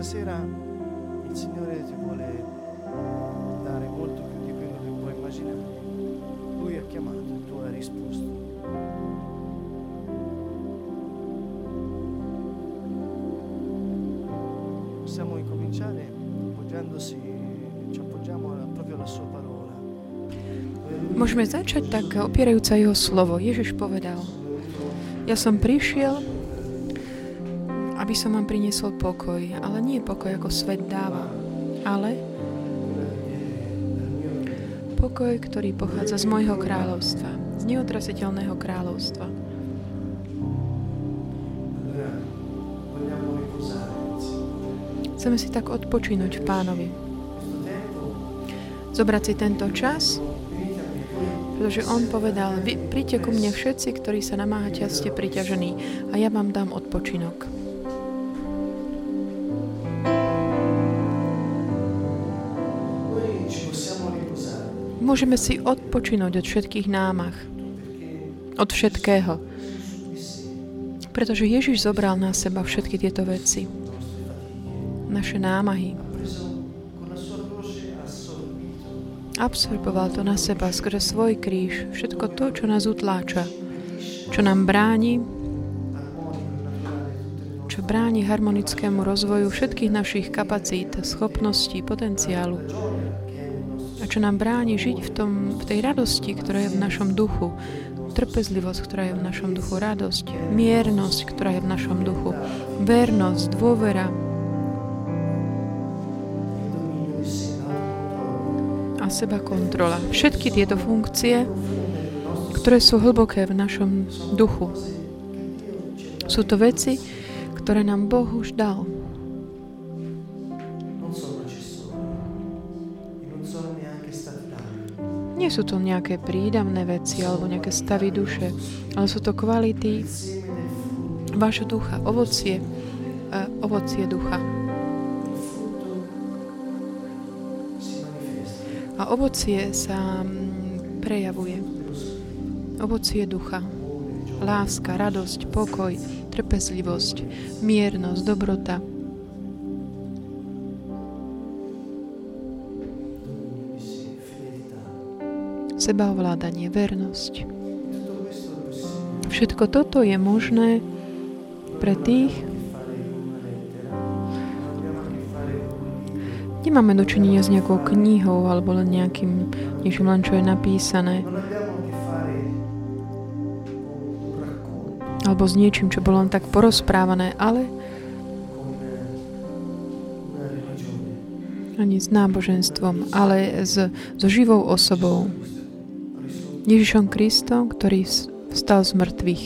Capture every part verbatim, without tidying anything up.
sera il Signore ti vuole dare molto più di quello che puoi immaginare. Lui ha chiamato e tu hai risposto. Possiamo incominciare appoggiandosi, ci appoggiamo proprio alla sua parola. Môžeme začať tak opierajúca jeho slovo. Ježiš povedal: Ja som prišiel, aby som vám priniesol pokoj, ale nie pokoj, ako svet dáva, ale pokoj, ktorý pochádza z môjho kráľovstva, z neotrasiteľného kráľovstva. Chceme si tak odpočinúť v Pánovi. Zobrať si tento čas, pretože on povedal: Vy príďte ku mne všetci, ktorí sa namáhate a ste priťažení, a ja vám dám odpočinok. Môžeme si odpočinúť od všetkých námah, od všetkého, pretože Ježiš zobral na seba všetky tieto veci, naše námahy. Absorboval to na seba skrze svoj kríž, všetko to, čo nás utláča, čo nám bráni, čo bráni harmonickému rozvoju všetkých našich kapacít, schopností, potenciálu a čo nám bráni žiť v, tom, v tej radosti, ktorá je v našom duchu, trpezlivosť, ktorá je v našom duchu, radosť, miernosť, ktorá je v našom duchu, vernosť, dôvera, a seba kontrola. Všetky tieto funkcie, ktoré sú hlboké v našom duchu. Sú to veci, ktoré nám Boh už dal. Nie sú to nejaké prídavné veci alebo nejaké stavy duše, ale sú to kvality vášho ducha, ovocie, uh, ovocie ducha. A ovocie sa prejavuje. Ovocie ducha. Láska, radosť, pokoj, trpezlivosť, miernosť, dobrota. Sebaovládanie, vernosť. Všetko toto je možné pre tých, nemáme dočinenia s nejakou knihou alebo len nejakým niečím, len čo je napísané. Alebo s niečím, čo bolo len tak porozprávané, ale ani s náboženstvom, ale s, so živou osobou. Ježišom Kristom, ktorý vstal z mŕtvych.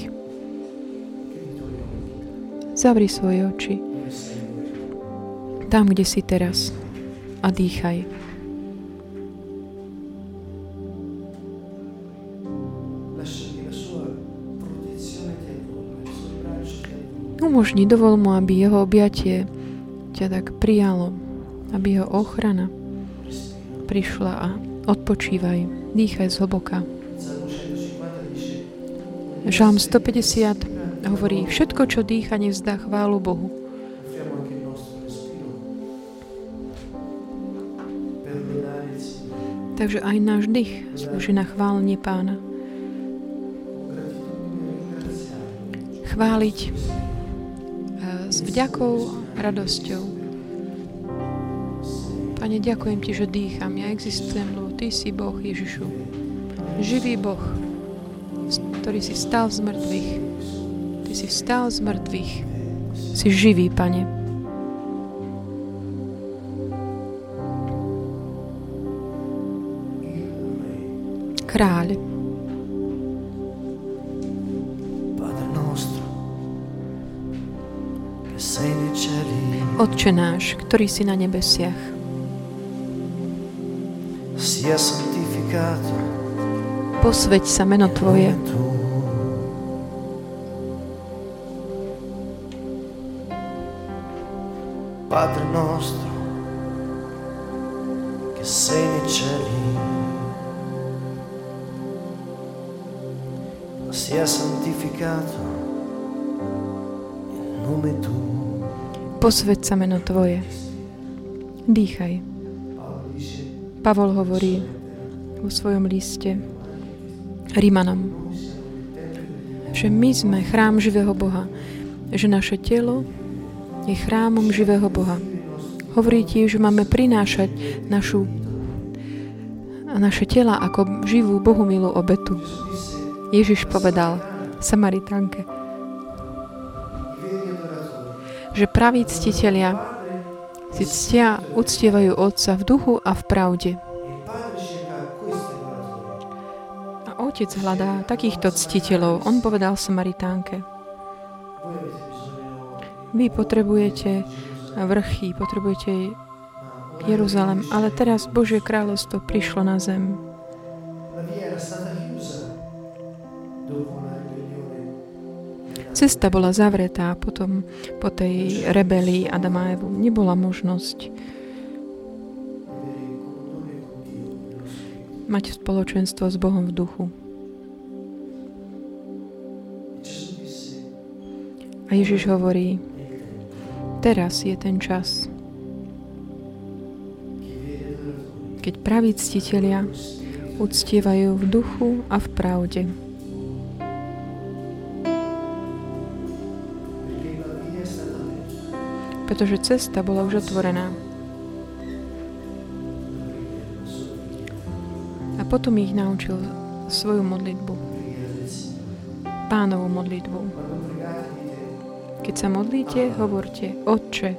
Zavri svoje oči. Tam, kde si teraz. A dýchaj. Umožni, dovol mu, aby jeho objatie ťa tak prijalo, aby jeho ochrana prišla a odpočívaj, dýchaj zhlboka. Žalm stopäťdesiat hovorí: Všetko, čo dýcha, nevzdá chválu Bohu. Takže aj náš dých slúži na chválenie Pána. Chváliť s vďakou, radosťou. Pane, ďakujem Ti, že dýcham. Ja existujem, lebo Ty si Boh, Ježišu. Živý Boh, ktorý si stal z mŕtvych. Ty si vstal z mŕtvych. Si živý, Pane. Kráľ. Otče náš, ktorý si na nebesiach. Posväť sa meno Tvoje. Padre nostro, che sei nei cieli, sia santificato il nome tuo. Posväť sa meno Tvoje. Dýchaj. Pavol hovorí vo svojom liste Rimanom, že my sme chrám živého Boha, že naše telo je chrámom živého Boha. Hovorí tiež, že máme prinášať našu, naše tela ako živú Bohumilú obetu. Ježiš povedal Samaritánke, že praví ctitelia si ctia, uctievajú Otca v duchu a v pravde. A Otec hľadá takýchto ctiteľov. On povedal Samaritánke, vy potrebujete vrchy, potrebujete Jeruzalem, ale teraz Božie kráľovstvo prišlo na zem. Cesta bola zavretá potom po tej rebelii Adama a Evu. Nebola možnosť mať spoločenstvo s Bohom v duchu. A Ježiš hovorí, teraz je ten čas, keď praví ctitelia uctievajú v duchu a v pravde. Pretože cesta bola už otvorená. A potom ich naučil svoju modlitbu. Pánovu modlitbu. Keď sa modlíte, hovorte Otče,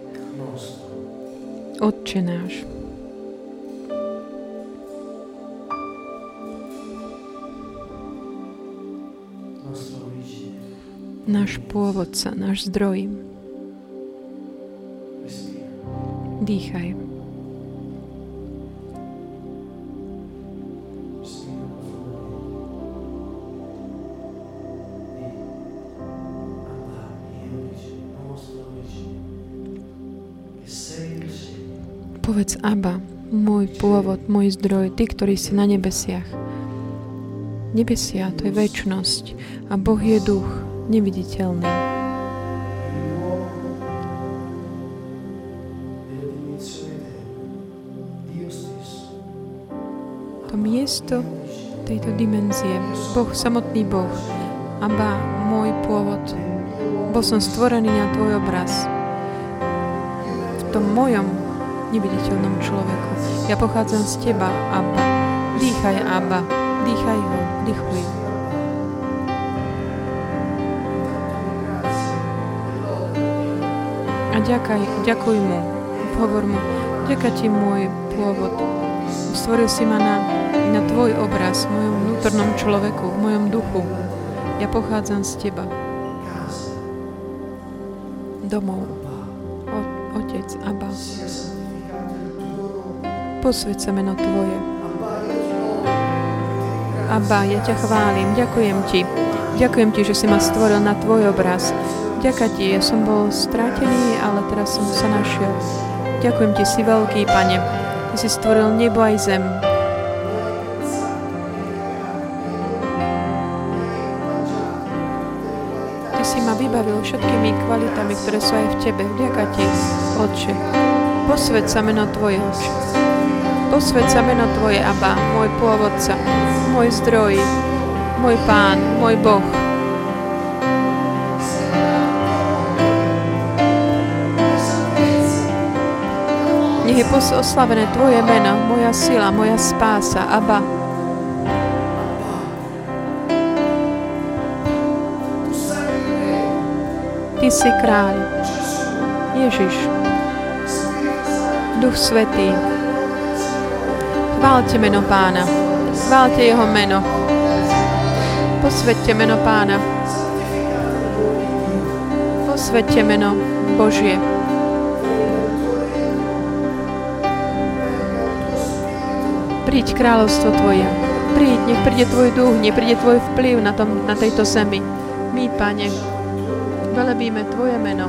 Otče náš. Náš pôvodca, náš zdroj. Dýchaj. Povedz Abba, môj pôvod, môj zdroj, ty, ktorý si na nebesiach. Nebesia, to je večnosť a Boh je duch, neviditeľný. To miesto tejto dimenzie, Boh, samotný Boh, Abba, môj pôvod. Bol som stvorený na tvoj obraz. V tom mojom neviditeľnom človeku. Ja pochádzam z teba, Abba. Dýchaj, Abba. Dýchaj ho. Dýchuj. A ďakaj, ďakuj mu. Hovor mu. Ďakuj ti, môj pôvod. Stvoril si ma na, na tvoj obraz, v mojom vnútornom človeku, v mojom duchu. Ja pochádzam z teba. Domov. O, Otec, Abba. Posväť sa meno tvoje. Abba, ja ťa chválim, ďakujem ti. Ďakujem ti, že si ma stvoril na tvoj obraz. Ďakujem ti, ja som bol strátený, ale teraz som sa našiel. Ďakujem ti, si veľký, Pane. Ty si stvoril nebo aj zem. Ty si ma vybavil všetkými kvalitami, ktoré sú aj v tebe. Ďakujem ti, Otče. Posväť sa meno tvoje, Otče. Posväť sa meno tvoje, Abba, môj pôvodca, môj zdroj, môj Pán, môj Boh. Nech je oslavené tvoje meno, moja sila, moja spása, Abba. Ty si kráľ, Ježiš, Duch Svätý. Chváľte meno Pána, chváľte jeho meno. Posväťte meno Pána. Posväťte meno Božie. Príď kráľovstvo tvoje. Príď, nech príde tvoj duch, nech príde tvoj vplyv na, tom, na tejto zemi. My, Pane, velebíme tvoje meno.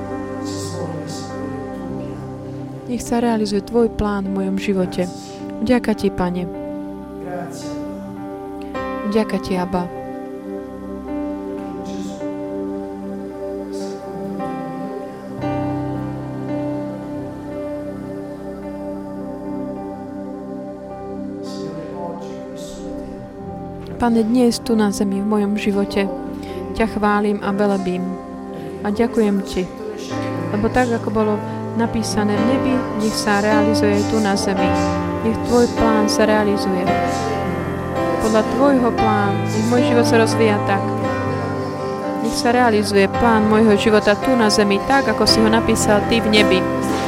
Nech sa realizuje tvoj plán v mojom živote. Vďaka ti, Pane. Vďaka ti, Abba. Pane, dnes tu na zemi, v mojom živote, ťa chválim a velebím. A ďakujem Ti, lebo tak, ako bolo napísané v nebi, nech sa realizuje tu na zemi. Nech Tvoj plán sa realizuje. Podľa Tvojho plánu, nech môj život sa rozvíja tak. Nech sa realizuje plán môjho života tu na zemi, tak, ako si ho napísal Ty v nebi.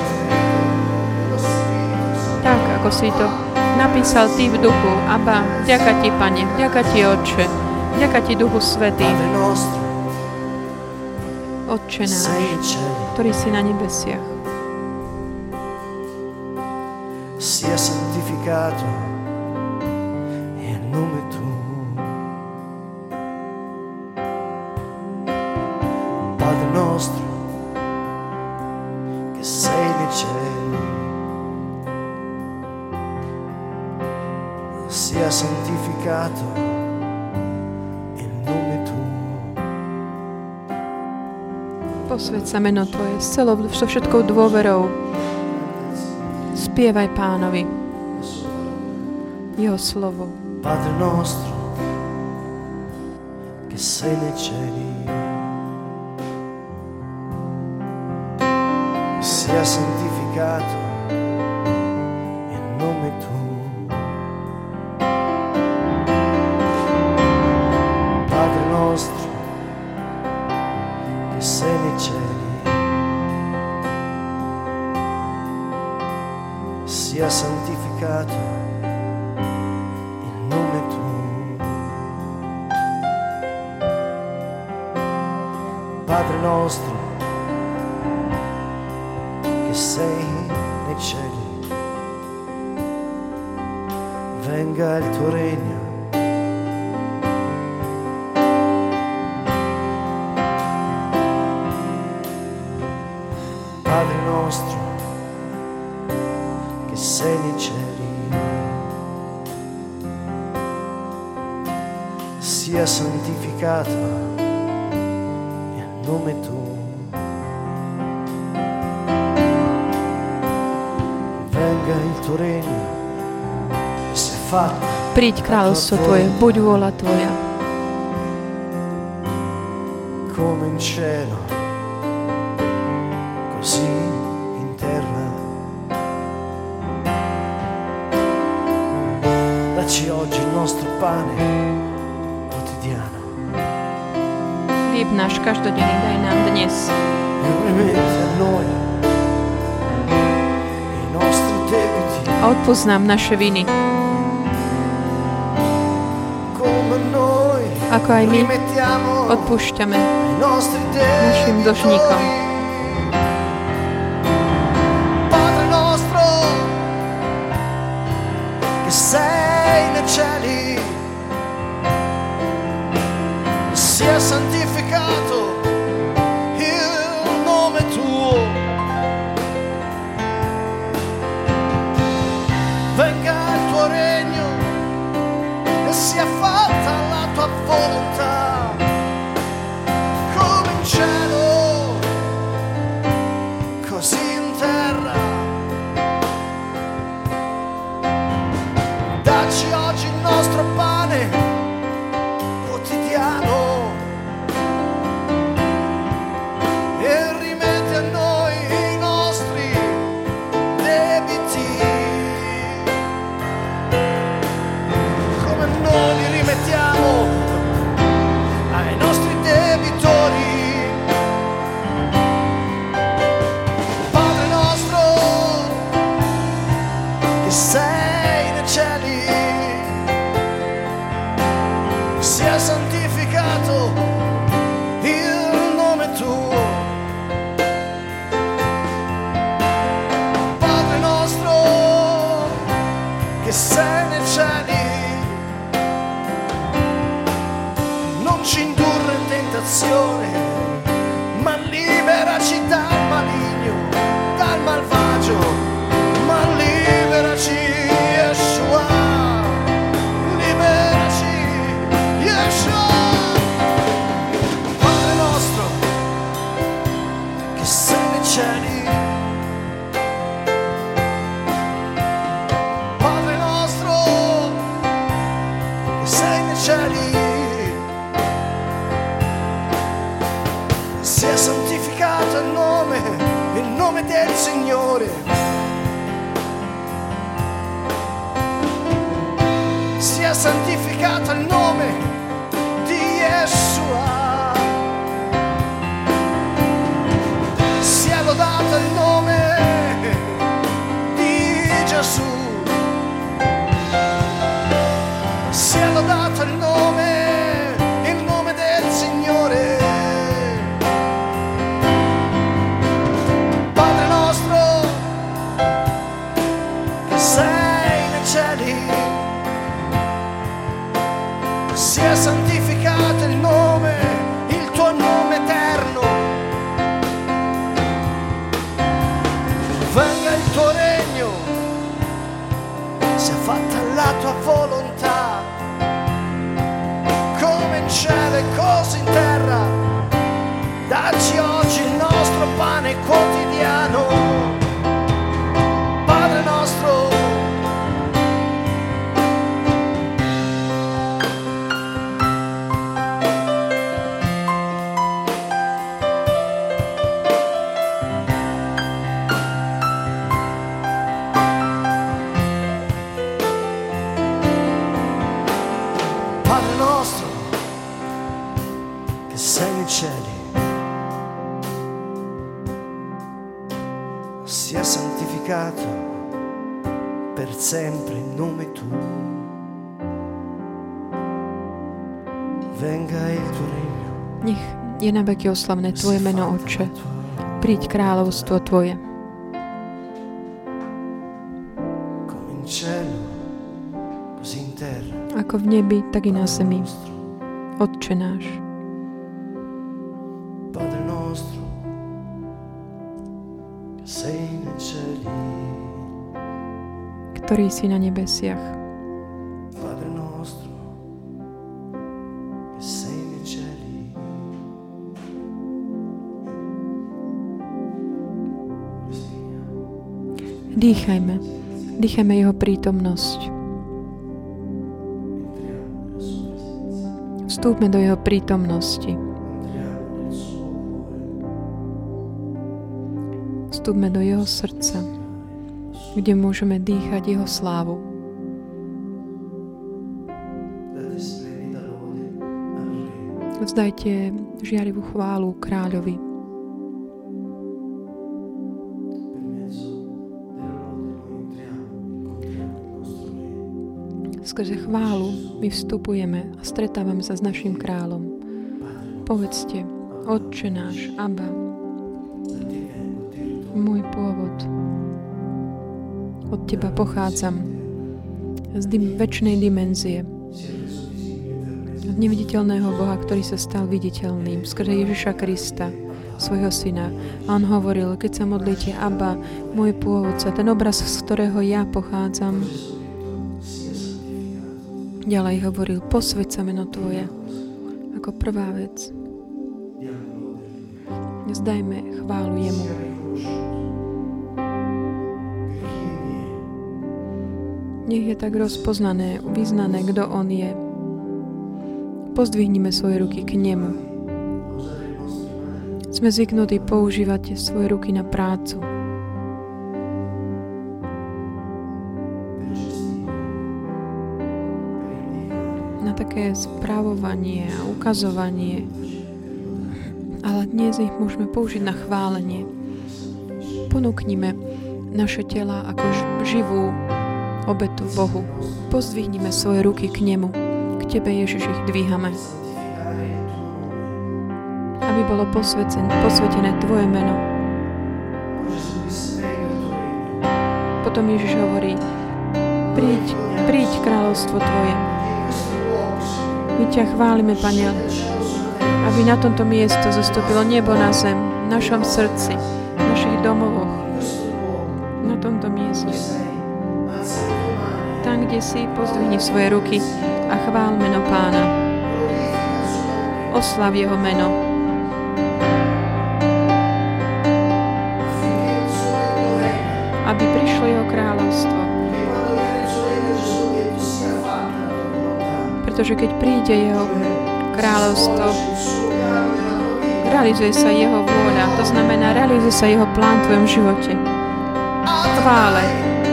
Tak, ako si to napísal Ty v duchu. Abba, vďaka Ti, Pane, vďaka Ti, Otče, vďaka Ti, Duchu Svätý. Otče náš, ktorý si na nebesiach. Sia santificato il nome tuo. Padre nostro, che sei nei cieli, sia santificato il nome tuo. Posväť sa meno Tvoje s celou, so všetkou dôverou. Spievaj Pánovi Jeho slovo. Padre nostro, che sei nei cieli, sia santificato il nome tuo. Padre nostro, che sei nei cieli, sia santificato il nome tuo. Padre nostro, che sei nei cieli, venga il tuo regno. Padre nostro, che sei nei cieli, sia santificato il nome tuo. Venga il tuo regno e sia fatta. Príď kráľovstvo Tvoje, buď vôľa Tvoja. Come in cielo, così in terra. Dacci oggi il nostro pane quotidiano. Chlieb náš každodenný daj nám dnes. E rimetti a noi i nostri debiti. A odpusť nám naše viny, Come noi ako aj my rimettiamo odpúšťame i nostri našim dlžníkom. debitori. Padre nostro, che sei nei cieli, sia santificato il nome tuo. Venga il tuo regno e sia fatta la tua volontà, come in cielo, così in terra. Dacci oggi il nostro pane quotidiano e rimetti a noi i nostri debiti, come noi li rimettiamo ai nostri debitori. Padre nostro, che sei nei cieli, sia santificato il nome tuo. Padre nostro, che sei nei cieli, non ci indurre in tentazione, ma liberaci dal maligno, dal malvagio, ma liberaci, Yeshua, liberaci, Yeshua. Padre nostro, che sei nei cieli, Padre nostro, che sei nei cieli, nome del Signore. Sia santificato il nome di Yeshua. Sia lodato il nome di Gesù. Sia lodato il nome, il nome del Signore. Padre nostro che sei nei cieli, sia santificato il nome, il tuo nome eterno. Venga il tuo regno, sia fatta la tua volontà, come in cielo e così in terra. Dacci oggi il nostro pane quotidiano. Padre nostro, Padre nostro che sei nei cieli, sia santificato per sempre il nome tuo. Venga il tuo regno. Nech je na veky oslavné Tvoje meno, Otče. Príď kráľovstvo Tvoje. Come in cielo, così in terra. Ako v nebi, tak i na zemi. Otče náš. Padre nostro che sei nei cieli. Ktorý si na nebesiach. Padre nostro che sei nei cieli. Dýchajme. Dýchajme jeho prítomnosť. Vstúpme do jeho prítomnosti. Vstúpme do jeho srdca, kde môžeme dýchať jeho slávu. Vzdajte žiarivú chválu kráľovi. Skrze chválu my vstupujeme a stretávame sa s našim kráľom. Povedzte, Otče náš, Abba, môj pôvod. Od Teba pochádzam z dim- večnej dimenzie. Od neviditeľného Boha, ktorý sa stal viditeľným skrze Ježiša Krista, svojho syna. A on hovoril, keď sa modlíte, Abba, môj pôvodca, ten obraz, z ktorého ja pochádzam. Ďalej hovoril, posväť sa meno Tvoje, ako prvá vec. Zdajme chválu jemu. Nech je tak rozpoznané, vyznané, kto on je. Pozdvihnime svoje ruky k nemu. Sme zvyknutí používať svoje ruky na prácu. Na také správovanie a ukazovanie. Ale dnes ich môžeme použiť na chválenie. Ponúknime naše tela ako živú obetu Bohu. Pozdvihnime svoje ruky k nemu. K Tebe, Ježiš, ich dvíhame. Aby bolo posvetené Tvoje meno. Potom Ježiš hovorí, príď, príď kráľovstvo Tvoje. My ťa chválime, Pane, aby na tomto miesto zostúpilo nebo na zem, v našom srdci, v našich domovoch, na tomto mieste. Tam, kde si, pozdvihni svoje ruky a chvál meno Pána. Oslav jeho meno. Aby prišlo jeho kráľovstvo. Pretože keď príde jeho kráľovstvo, realizuje sa jeho vôľa. To znamená, realizuje sa jeho plán v tvojom živote. Chvále.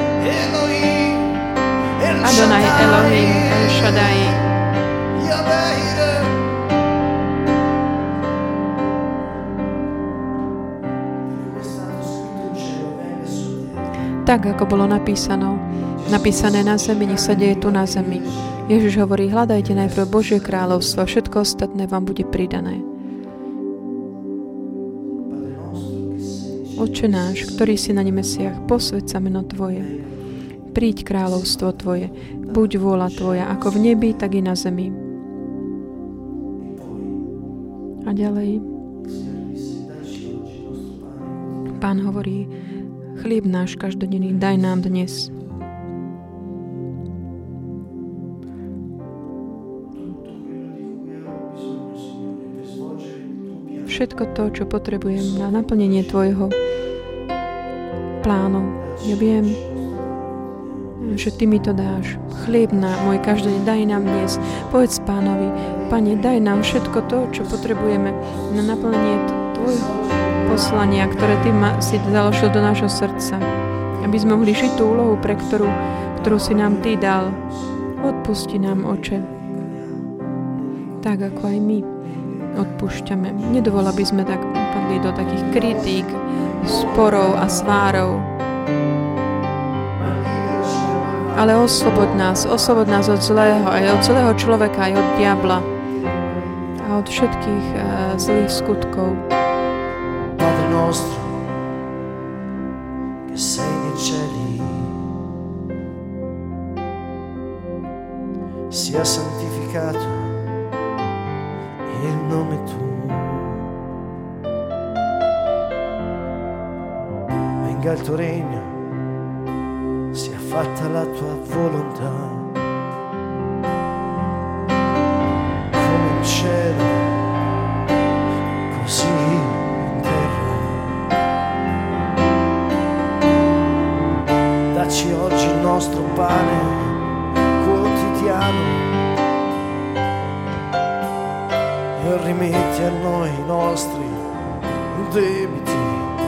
Adonai Elohim El Shaddai. Tak, ako bolo napísané, napísané na zemi, nech sa deje tu na zemi. Ježiš hovorí, hľadajte najprv Božie kráľovstvo, všetko ostatné vám bude pridané. Otče náš, ktorý si na nebesiach, posväť sa meno Tvoje. Príď kráľovstvo Tvoje, buď vôľa Tvoja, ako v nebi, tak i na zemi. A ďalej. Pán hovorí, chlieb náš každodenný daj nám dnes. Všetko to, čo potrebujem na naplnenie Tvojho plánu. Ja viem, že Ty mi to dáš. Chlieb na môj každodenný daj nám dnes. Povedz Pánovi, Pane, daj nám všetko to, čo potrebujeme na naplnenie Tvojho poslania, ktoré Ty ma, si založil do nášho srdca. Aby sme mohli žiť tú úlohu, pre ktorú, ktorú si nám Ty dal. Odpusti nám, Oče. Tak, ako aj my odpúšťame. Nedovol, aby sme tak padli do takých kritík, sporov a svárov. Ale oslobod nás, oslobod nás od zlého, aj od zlého človeka, aj od diabla a od všetkých uh, zlých skutkov. Padre nostro, che sei nei cieli, sia santificato il nome tuo, venga il tuo regno, sia fatta la tua volontà, come in cielo, così in terra. Dacci oggi il nostro pane quotidiano e rimetti a noi i nostri debiti,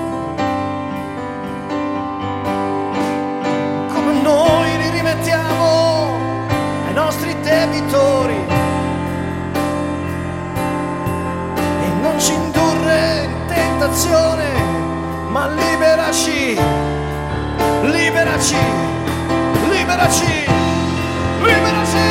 come noi li rimettiamo ai nostri debitori, e non ci indurre in tentazione, ma liberaci, liberaci, liberaci, liberaci.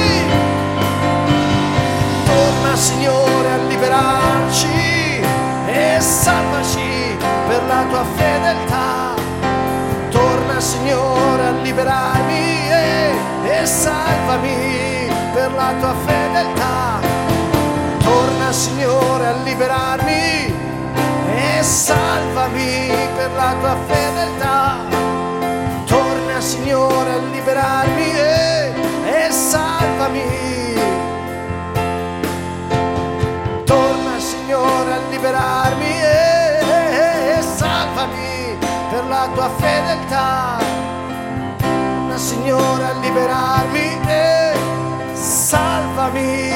Torna, Signore, a liberarci e salvaci per la tua fedeltà. Torna, Signore, a liberarmi e, e salvami per la tua fedeltà. Torna, Signore, a liberarmi e salvami per la tua fedeltà. Torna, Signore, a liberarmi e, e salvami. Signore, a liberarmi e, e, e salvami per la tua fedeltà. Torna, Signore, a liberarmi e salvami.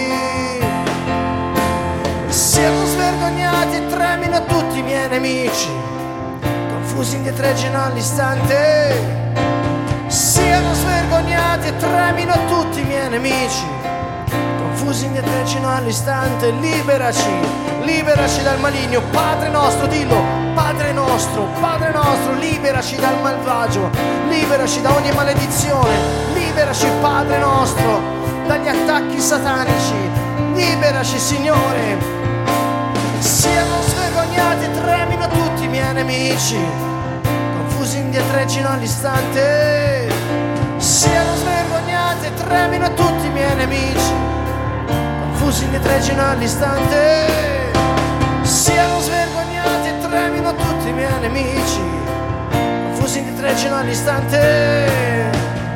Siamo svergognati e tremino tutti i miei nemici, confusi indietreggino all'istante. Siamo svergognati e tremino tutti i miei nemici, confusi indietreggino all'istante. Liberaci, liberaci dal maligno. Padre nostro, dillo, Padre nostro, Padre nostro, liberaci dal malvagio, liberaci da ogni maledizione, liberaci, Padre nostro, dagli attacchi satanici, liberaci, Signore. Siamo svergognati e tremino tutti i miei nemici, confusi indietreggino all'istante. Siamo svergognati e tremino tutti i miei nemici, confusi indietreggino all'istante. Siano svergognati e tremino tutti i miei nemici, confusi indietreggino all'istante.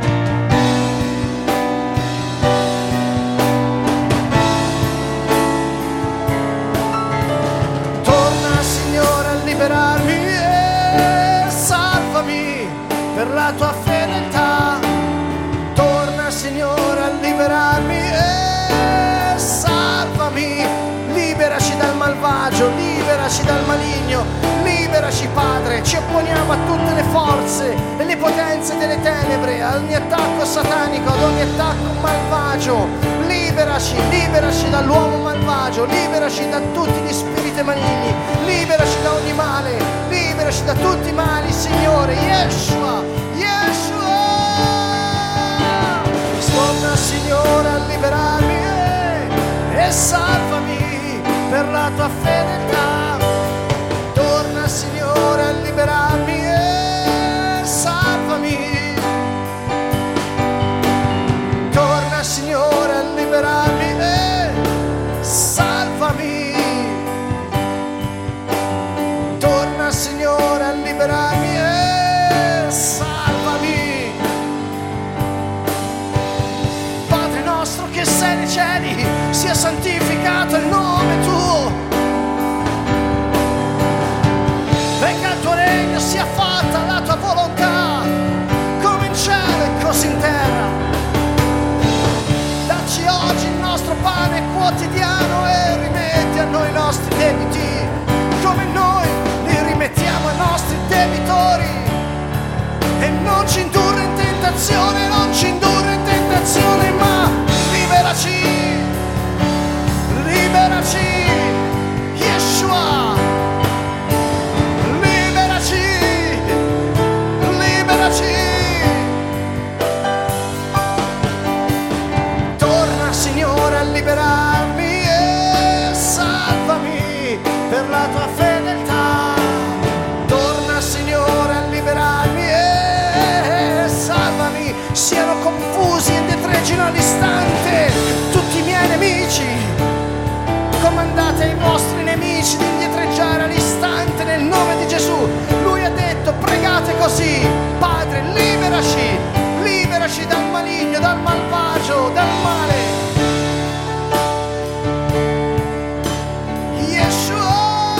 Torna, Signore, a liberarmi e salvami per la tua fedeltà. Torna, Signore, a liberarmi e salvami, liberaci dal malvagio, liberaci dal maligno, liberaci Padre, ci opponiamo a tutte le forze e le potenze delle tenebre, a ogni attacco satanico, ad ogni attacco malvagio, liberaci, liberaci dall'uomo malvagio, liberaci da tutti gli spiriti maligni, liberaci da ogni male, liberaci da tutti i mali, Signore, Yeshua, Yeshua, torna Signore a liberarmi eh, e salvami per la tua fedeltà, torna Signore a liberarmi e salvami, torna Signore a liberarmi e salvami, torna Signore a liberarmi e salvami. Padre nostro che sei nei cieli, sia santificato il nome tuo, venga il tuo regno, sia fatta la tua volontà, come in cielo e così in terra. Dacci oggi il nostro pane quotidiano e rimetti a noi i nostri debiti, come noi li rimettiamo ai nostri debitori, e non ci indurre in tentazione, non ci indurre in tentazione, ma liberaci, liberaci, Yeshua, liberaci, liberaci. Torna Signore a liberarmi e salvami per la tua fedeltà, torna Signore a liberarmi e salvami, siano confusi e detreggino all'istante tutti i miei nemici, comandate ai vostri nemici di indietreggiare all'istante nel nome di Gesù. Lui ha detto pregate così: Padre, liberaci, liberaci dal maligno, dal malvagio, dal male. Yeshua,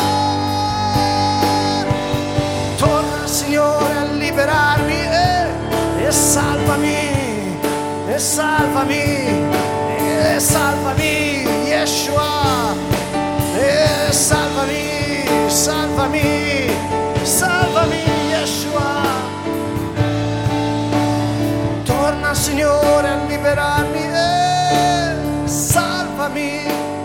torna Signore a liberarmi e, e salvami, e salvami, e salvami, Yeshua, e salvami, salvami, salvami, Yeshua. Torna Signore a liberarmi e salvami.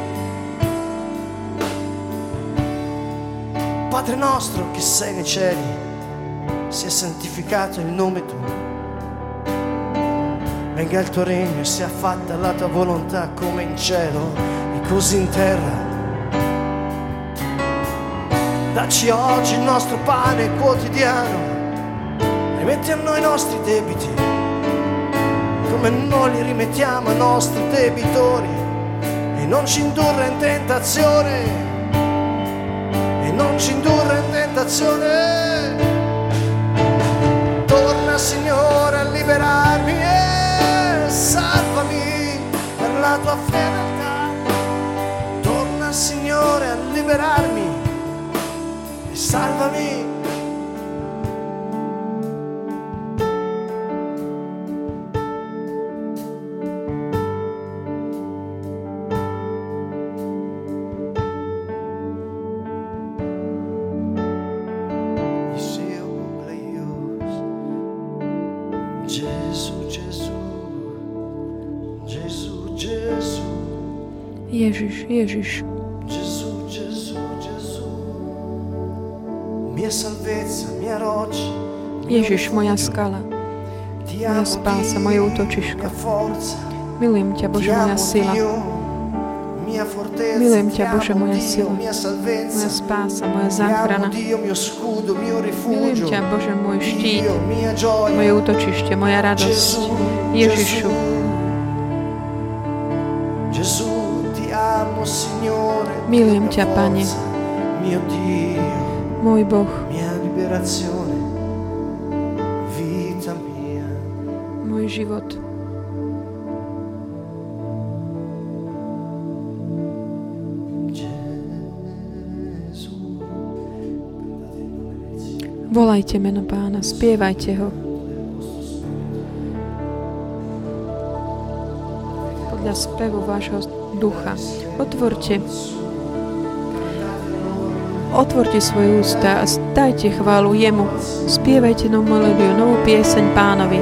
Padre nostro che sei nei cieli, sia santificato il nome tuo, venga il tuo regno e sia fatta la tua volontà come in cielo e così in terra. Dacci oggi il nostro pane quotidiano, rimetti a noi i nostri debiti, come noi li rimettiamo ai nostri debitori, e non ci indurre in tentazione, e non ci indurre in tentazione. Torna Signore a liberarmi e salvami per la tua fedeltà, torna Signore a liberarmi e salvami. Ježiš, Ježiš. Gesù, Gesù, Gesù. Mia salvezza, mia roccia. Ježiš, moja skala, moja spása, moje útočisko. Milujem ťa, Bože, moja sila. Milujem ťa, Bože, moja sila, moja spása, moja záchrana. Milujem ťa, Bože, môj štít, moje útočište, moja radosť. Ježišu. Milujem ťa, Pane, môj Boh, môj život. Volajte meno Pána, spievajte ho. Podľa spevu vášho ducha. Otvorte otvorte svoje ústa a dajte chválu jemu. Spievajte novú melódiu, novú pieseň Pánovi.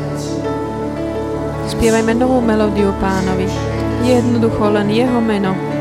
Spievajme novú melódiu Pánovi. Jednoducho len jeho meno.